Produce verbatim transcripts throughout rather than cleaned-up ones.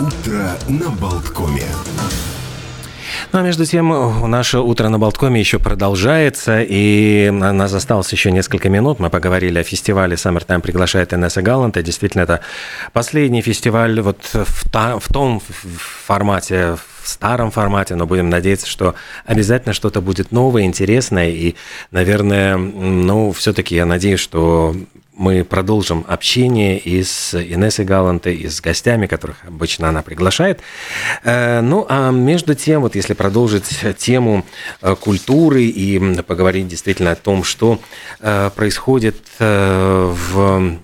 Утро на Болткоме. Ну, а между тем, наше утро на Болткоме еще продолжается, и у нас осталось еще несколько минут. Мы поговорили о фестивале «Summertime приглашает Инесса Галланд». И действительно, это последний фестиваль вот в, та, в том формате, в старом формате, но будем надеяться, что обязательно что-то будет новое, интересное. И, наверное, ну, все-таки я надеюсь, что мы продолжим общение и с Инессой Галланд, и с гостями, которых обычно она приглашает. Ну, а между тем, вот если продолжить тему культуры и поговорить действительно о том, что происходит в...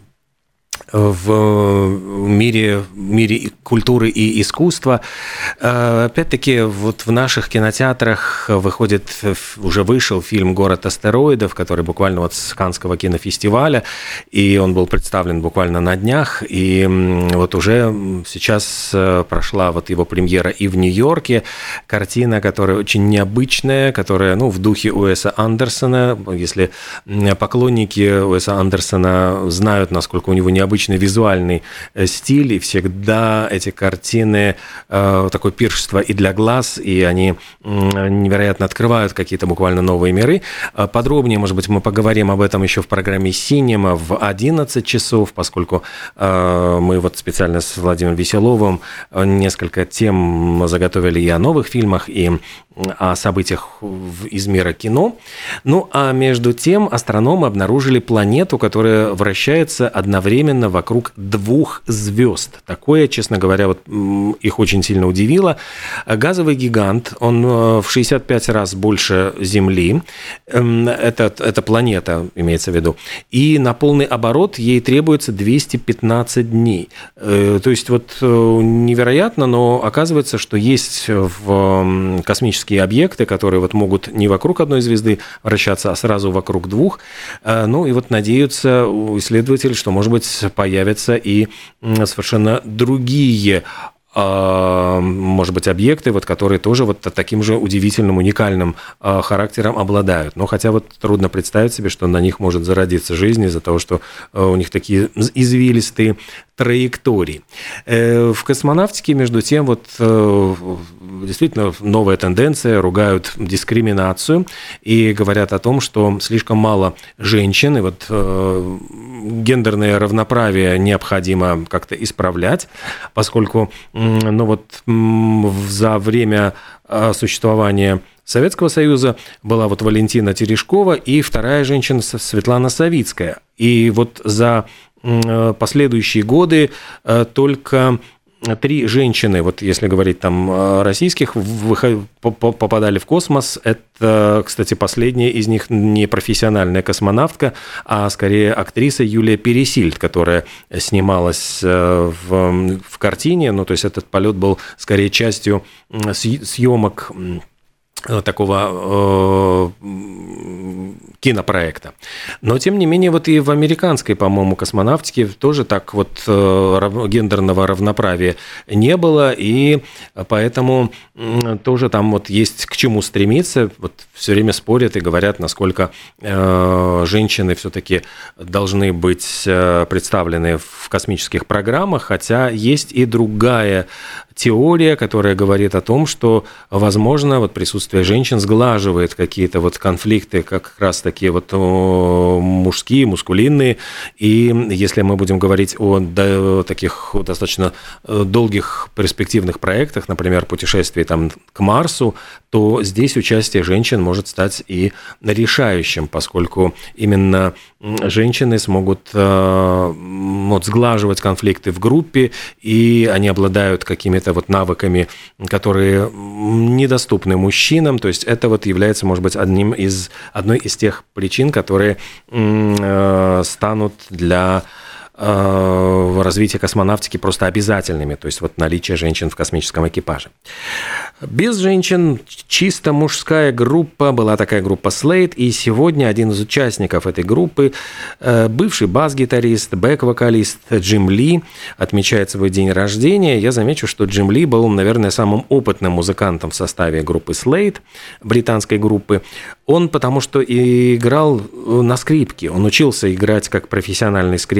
в мире, мире культуры и искусства. Опять-таки, вот в наших кинотеатрах выходит, уже вышел фильм «Город астероидов», который буквально вот с Каннского кинофестиваля, и он был представлен буквально на днях, и вот уже сейчас прошла вот его премьера и в Нью-Йорке. Картина, которая очень необычная, которая, ну, в духе Уэса Андерсона. Если поклонники Уэса Андерсона знают, насколько у него необычный визуальный стиль, и всегда эти картины э, такое пиршество и для глаз, и они э, невероятно открывают какие-то буквально новые миры. Подробнее, может быть, мы поговорим об этом еще в программе «Синема» в одиннадцать часов, поскольку э, мы вот специально с Владимиром Веселовым несколько тем заготовили и о новых фильмах, и о событиях из мира кино. Ну, а между тем астрономы обнаружили планету, которая вращается одновременно вокруг двух звезд. Такое, честно говоря, вот их очень сильно удивило. Газовый гигант, он в шестьдесят пять раз больше Земли. Это, это планета, имеется в виду. И на полный оборот ей требуется двести пятнадцать дней. То есть вот невероятно, но оказывается, что есть в космических объекты, которые вот могут не вокруг одной звезды вращаться, а сразу вокруг двух. Ну и вот надеются исследователи, что, может быть, появятся и совершенно другие, может быть, объекты, вот, которые тоже вот таким же удивительным, уникальным характером обладают. Но хотя вот трудно представить себе, что на них может зародиться жизнь из-за того, что у них такие извилистые траектории. В космонавтике, между тем, вот действительно новая тенденция, ругают дискриминацию и говорят о том, что слишком мало женщин, и вот гендерное равноправие необходимо как-то исправлять, поскольку, ну вот, за время существования Советского Союза была вот Валентина Терешкова и вторая женщина Светлана Савицкая. И вот за последующие годы только три женщины, вот если говорить там российских, попадали в космос. Это, кстати, последняя из них не профессиональная космонавтка, а скорее актриса Юлия Пересильд, которая снималась в, в картине. Ну, то есть этот полет был скорее частью съемок такого э, кинопроекта. Но, тем не менее, вот и в американской, по-моему, космонавтике тоже так вот э, гендерного равноправия не было, и поэтому э, тоже там вот есть к чему стремиться. Вот все время спорят и говорят, насколько э, женщины все-таки должны быть э, представлены в космических программах, хотя есть и другая теория, которая говорит о том, что, возможно, вот присутствие женщин сглаживает какие-то вот конфликты, как раз такие вот мужские, мускулинные, и если мы будем говорить о да, таких достаточно долгих перспективных проектах, например, путешествии там к Марсу, то здесь участие женщин может стать и решающим, поскольку именно женщины смогут вот, сглаживать конфликты в группе, и они обладают какими-то вот навыками, которые недоступны мужчинам. То есть это вот является, может быть, одним из, одной из тех причин, которые э, станут для э, развития космонавтики просто обязательными. То есть вот наличие женщин в космическом экипаже. Без женщин чисто мужская группа, была такая группа Slade, и сегодня один из участников этой группы, бывший бас-гитарист, бэк-вокалист Джим Ли, отмечает свой день рождения. Я замечу, что Джим Ли был, наверное, самым опытным музыкантом в составе группы Slade, британской группы. Он потому что и играл на скрипке, он учился играть как профессиональный скрипач,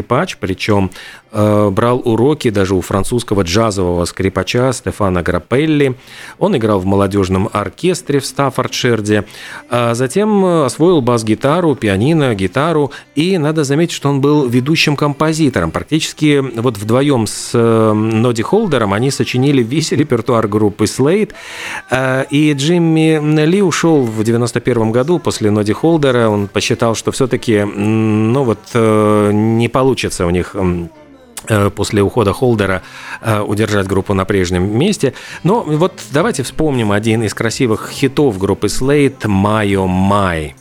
причем брал уроки даже у французского джазового скрипача Стефана Граппелли. Он играл в молодежном оркестре в Стаффордширде, а затем освоил бас-гитару, пианино, гитару, и надо заметить, что он был ведущим композитором. Практически вот вдвоем с Ноди Холдером они сочинили весь репертуар группы Slade, и Джимми Ли ушел в девяносто первом году после Ноди Холдера. Он посчитал, что все-таки, ну вот, не получится у них после ухода Холдера удержать группу на прежнем месте. Но вот давайте вспомним один из красивых хитов группы Slade «My Oh My».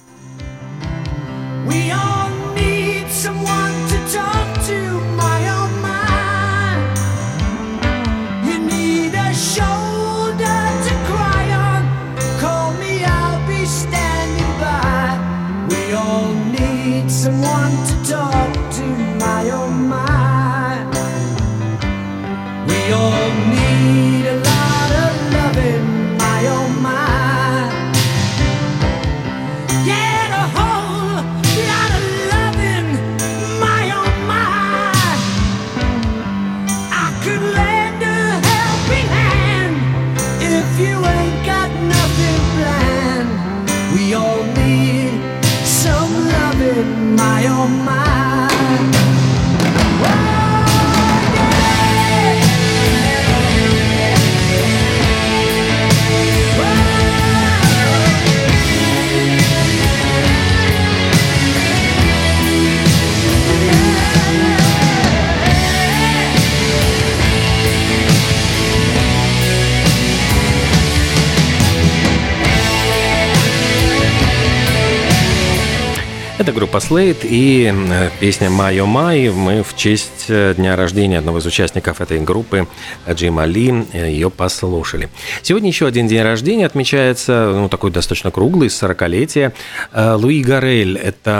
Это группа Slade и песня «My Oh My». Мы в честь дня рождения одного из участников этой группы, Джима Ли, ее послушали. Сегодня еще один день рождения отмечается, ну, такой достаточно круглый, сорокалетие. Луи Гаррель –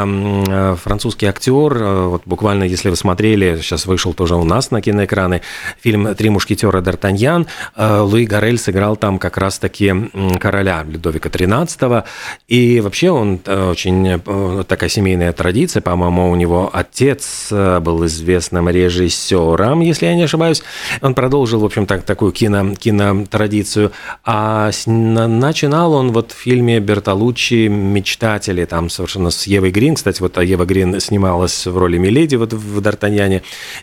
это французский актер. Вот буквально, если вы смотрели, сейчас вышел тоже у нас на киноэкраны, фильм «Три мушкетера Д'Артаньян». Луи Гаррель сыграл там как раз-таки короля Людовика тринадцатого. И вообще он очень такая семейная традиция, по-моему, у него отец был известным режиссером, если я не ошибаюсь. Он продолжил, в общем, так, такую кино, кинотрадицию. А с, начинал он вот в фильме Бертолуччи «Мечтатели», там совершенно с Евой Грин. Кстати, вот Ева Грин снималась в роли Миледи вот в «Д'Артаньяне».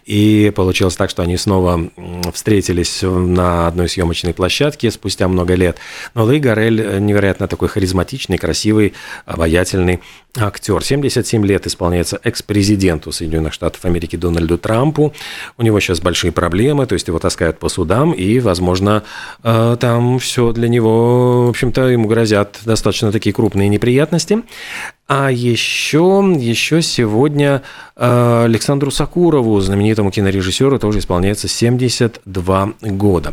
И получилось так, что они снова встретились на одной съемочной площадке спустя много лет. Но Луи Гаррель невероятно такой харизматичный, красивый, обаятельный актер. семьдесят семь лет исполняется экс-президенту Соединенных Штатов Америки Дональду Трампу. У него сейчас большие проблемы, то есть его таскают по судам, и, возможно, там все для него, в общем-то, ему грозят достаточно такие крупные неприятности. А еще, еще сегодня Александру Сакурову, знаменитому кинорежиссеру, тоже исполняется семьдесят два года.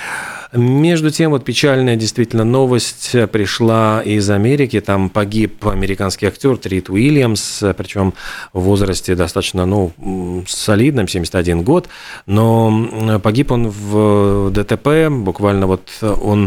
Между тем, вот печальная действительно новость пришла из Америки. Там погиб американский актер Трит Уильямс, причем в возрасте достаточно, ну, солидном, семьдесят один год. Но погиб он в ДТП, буквально вот он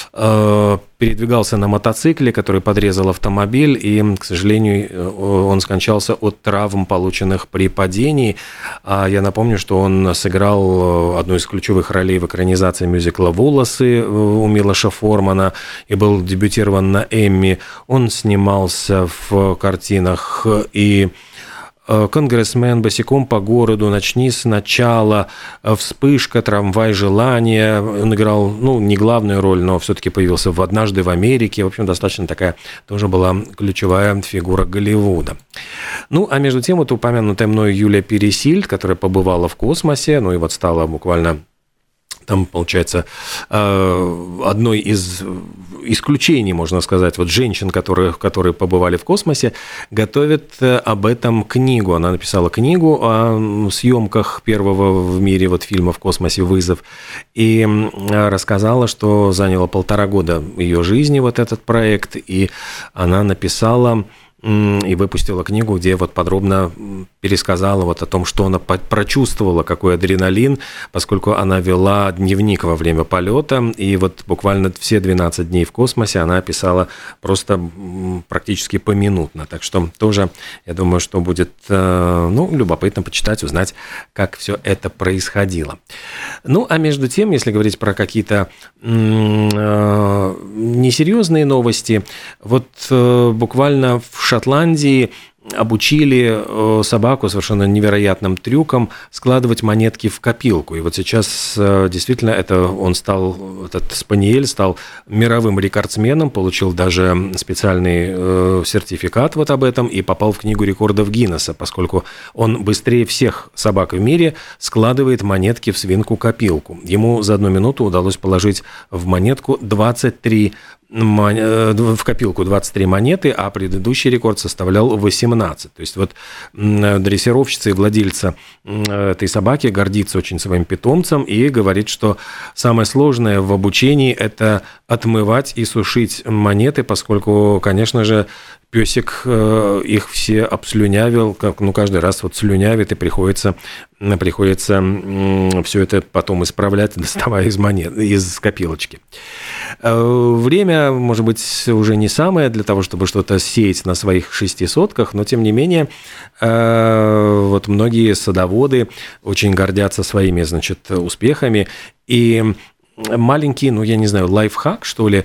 э, передвигался на мотоцикле, который подрезал автомобиль, и, к сожалению, он скончался от травм, полученных при падении. А я напомню, что он сыграл одну из ключевых ролей в экранизации мюзикла «Волосы» у Милоша Формана и был дебютирован на Эмми. Он снимался в картинах и «Конгрессмен», «Босиком по городу», «Начни сначала», «Вспышка», «Трамвай желания». Он играл, ну, не главную роль, но все-таки появился в «Однажды в Америке». В общем, достаточно такая тоже была ключевая фигура Голливуда. Ну, а между тем, вот упомянутая мной Юлия Пересильд, которая побывала в космосе, ну и вот стала буквально... Там, получается, одной из исключений, можно сказать, вот женщин, которые, которые побывали в космосе, готовит об этом книгу. Она написала книгу о съемках первого в мире вот фильма «В космосе. Вызов» и рассказала, что заняло полтора года ее жизни вот этот проект, и она написала и выпустила книгу, где вот подробно пересказала вот о том, что она прочувствовала, какой адреналин, поскольку она вела дневник во время полета, и вот буквально все двенадцать дней в космосе она писала просто практически поминутно. Так что тоже, я думаю, что будет, ну, любопытно почитать, узнать, как все это происходило. Ну, а между тем, если говорить про какие-то несерьезные новости, вот буквально в Шотландии обучили собаку совершенно невероятным трюком складывать монетки в копилку. И вот сейчас действительно это он стал, этот спаниель стал мировым рекордсменом, получил даже специальный сертификат вот об этом и попал в книгу рекордов Гиннесса, поскольку он быстрее всех собак в мире складывает монетки в свинку-копилку. Ему за одну минуту удалось положить в монетку двадцать три в копилку двадцать три монеты, а предыдущий рекорд составлял восемнадцать. То есть вот дрессировщица и владельца этой собаки гордится очень своим питомцем и говорит, что самое сложное в обучении – это отмывать и сушить монеты, поскольку, конечно же, песик их все обслюнявил, как, ну, каждый раз вот слюнявит, и приходится, приходится все это потом исправлять, доставая из монет, из копилочки. Время, может быть, уже не самое для того, чтобы что-то сеять на своих шести сотках, но, тем не менее, вот многие садоводы очень гордятся своими, значит, успехами, и маленький, ну, я не знаю, лайфхак, что ли,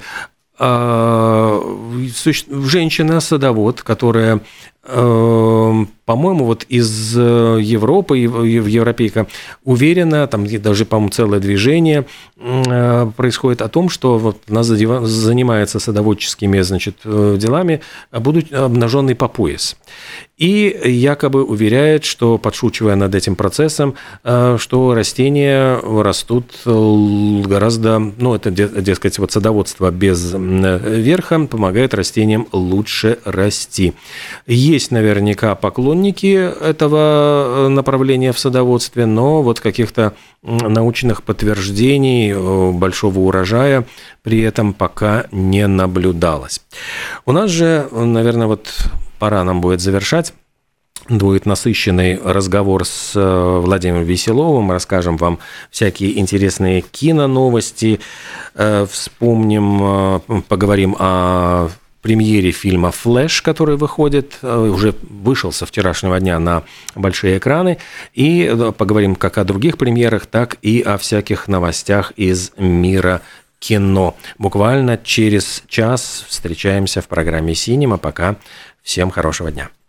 женщина-садовод, которая, по-моему, вот из Европы, европейка, уверена, там даже, по-моему, целое движение происходит о том, что вот она занимается садоводческими, значит, делами, будут обнаженный по пояс. И якобы уверяет, что, подшучивая над этим процессом, что растения растут гораздо, ну, это, дескать, вот садоводство без верха помогает растениям лучше расти. Есть наверняка поклонники этого направления в садоводстве, но вот каких-то научных подтверждений большого урожая при этом пока не наблюдалось. У нас же, наверное, вот пора нам будет завершать. Будет насыщенный разговор с Владимиром Веселовым. Расскажем вам всякие интересные киноновости. Вспомним, поговорим о премьере фильма «Флэш», который выходит, уже вышел со вчерашнего дня на большие экраны. И поговорим как о других премьерах, так и о всяких новостях из мира кино. Буквально через час встречаемся в программе «Синема». Пока. Всем хорошего дня.